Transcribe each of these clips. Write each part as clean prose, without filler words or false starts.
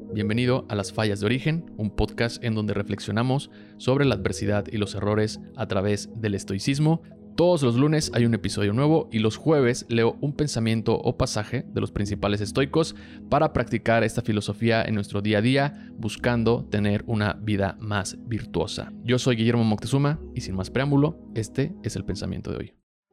Bienvenido a Las Fallas de Origen, un podcast en donde reflexionamos sobre la adversidad y los errores a través del estoicismo. Todos los lunes hay un episodio nuevo y los jueves leo un pensamiento o pasaje de los principales estoicos para practicar esta filosofía en nuestro día a día, buscando tener una vida más virtuosa. Yo soy Guillermo Moctezuma y sin más preámbulo, este es el pensamiento de hoy.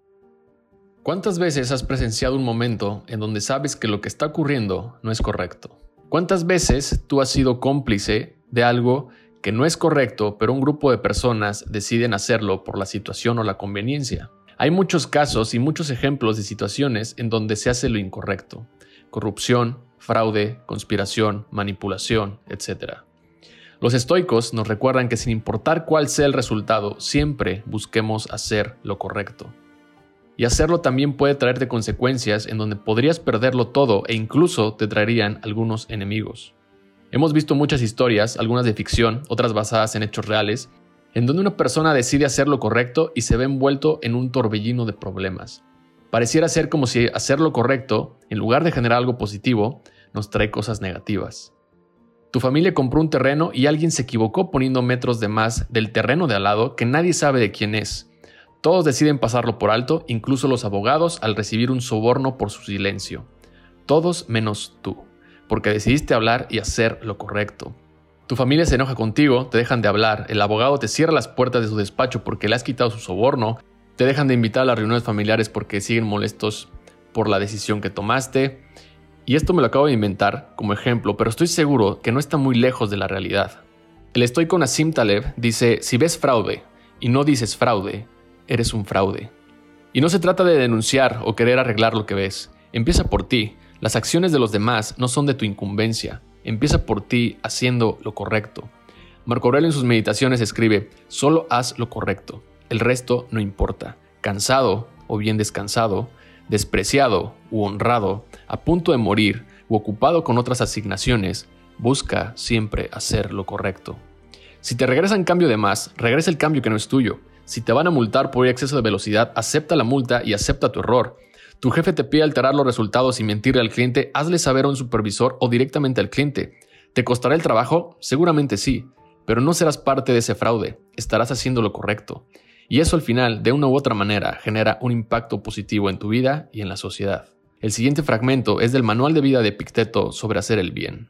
¿Cuántas veces has presenciado un momento en donde sabes que lo que está ocurriendo no es correcto? ¿Cuántas veces tú has sido cómplice de algo que no es correcto, pero un grupo de personas deciden hacerlo por la situación o la conveniencia? Hay muchos casos y muchos ejemplos de situaciones en donde se hace lo incorrecto. Corrupción, fraude, conspiración, manipulación, etc. Los estoicos nos recuerdan que sin importar cuál sea el resultado, siempre busquemos hacer lo correcto. Y hacerlo también puede traerte consecuencias en donde podrías perderlo todo e incluso te traerían algunos enemigos. Hemos visto muchas historias, algunas de ficción, otras basadas en hechos reales, en donde una persona decide hacer lo correcto y se ve envuelto en un torbellino de problemas. Pareciera ser como si hacer lo correcto, en lugar de generar algo positivo, nos trae cosas negativas. Tu familia compró un terreno y alguien se equivocó poniendo metros de más del terreno de al lado que nadie sabe de quién es. Todos deciden pasarlo por alto, incluso los abogados al recibir un soborno por su silencio. Todos menos tú, porque decidiste hablar y hacer lo correcto. Tu familia se enoja contigo, te dejan de hablar, el abogado te cierra las puertas de su despacho porque le has quitado su soborno, te dejan de invitar a las reuniones familiares porque siguen molestos por la decisión que tomaste. Y esto me lo acabo de inventar como ejemplo, pero estoy seguro que no está muy lejos de la realidad. El estoico Nassim Taleb dice: si ves fraude y no dices fraude, eres un fraude. Y no se trata de denunciar o querer arreglar lo que ves. Empieza por ti. Las acciones de los demás no son de tu incumbencia. Empieza por ti haciendo lo correcto. Marco Aurelio en sus meditaciones escribe: solo haz lo correcto. El resto no importa. Cansado o bien descansado, despreciado u honrado, a punto de morir u ocupado con otras asignaciones, busca siempre hacer lo correcto. Si te regresan cambio de más, regresa el cambio que no es tuyo. Si te van a multar por exceso de velocidad, acepta la multa y acepta tu error. Tu jefe te pide alterar los resultados y mentirle al cliente, hazle saber a un supervisor o directamente al cliente. ¿Te costará el trabajo? Seguramente sí, pero no serás parte de ese fraude, estarás haciendo lo correcto. Y eso al final, de una u otra manera, genera un impacto positivo en tu vida y en la sociedad. El siguiente fragmento es del manual de vida de Epicteto sobre hacer el bien.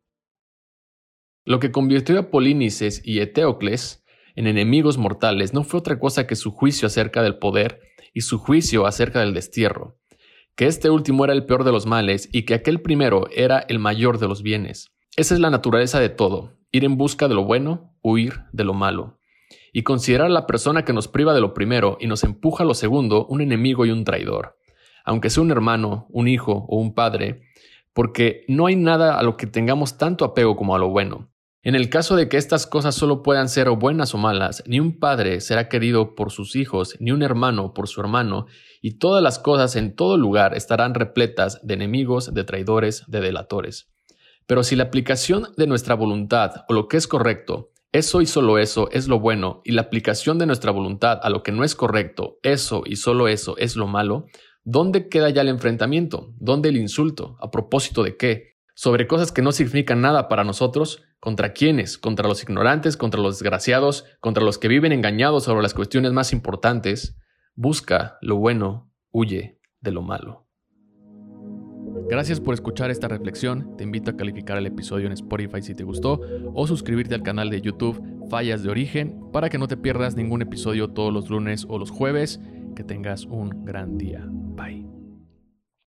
Lo que convirtió a Polínices y Eteocles en enemigos mortales no fue otra cosa que su juicio acerca del poder y su juicio acerca del destierro, que este último era el peor de los males y que aquel primero era el mayor de los bienes. Esa es la naturaleza de todo, ir en busca de lo bueno, huir de lo malo, y considerar a la persona que nos priva de lo primero y nos empuja a lo segundo un enemigo y un traidor, aunque sea un hermano, un hijo o un padre, porque no hay nada a lo que tengamos tanto apego como a lo bueno. En el caso de que estas cosas solo puedan ser o buenas o malas, ni un padre será querido por sus hijos, ni un hermano por su hermano, y todas las cosas en todo lugar estarán repletas de enemigos, de traidores, de delatores. Pero si la aplicación de nuestra voluntad o lo que es correcto, eso y solo eso es lo bueno, y la aplicación de nuestra voluntad a lo que no es correcto, eso y solo eso es lo malo, ¿dónde queda ya el enfrentamiento? ¿Dónde el insulto? ¿A propósito de qué? Sobre cosas que no significan nada para nosotros. ¿Contra quiénes? Contra los ignorantes, contra los desgraciados, contra los que viven engañados sobre las cuestiones más importantes. Busca lo bueno, huye de lo malo. Gracias por escuchar esta reflexión. Te invito a calificar el episodio en Spotify si te gustó o suscribirte al canal de YouTube Fallas de Origen para que no te pierdas ningún episodio todos los lunes o los jueves. Que tengas un gran día. Bye.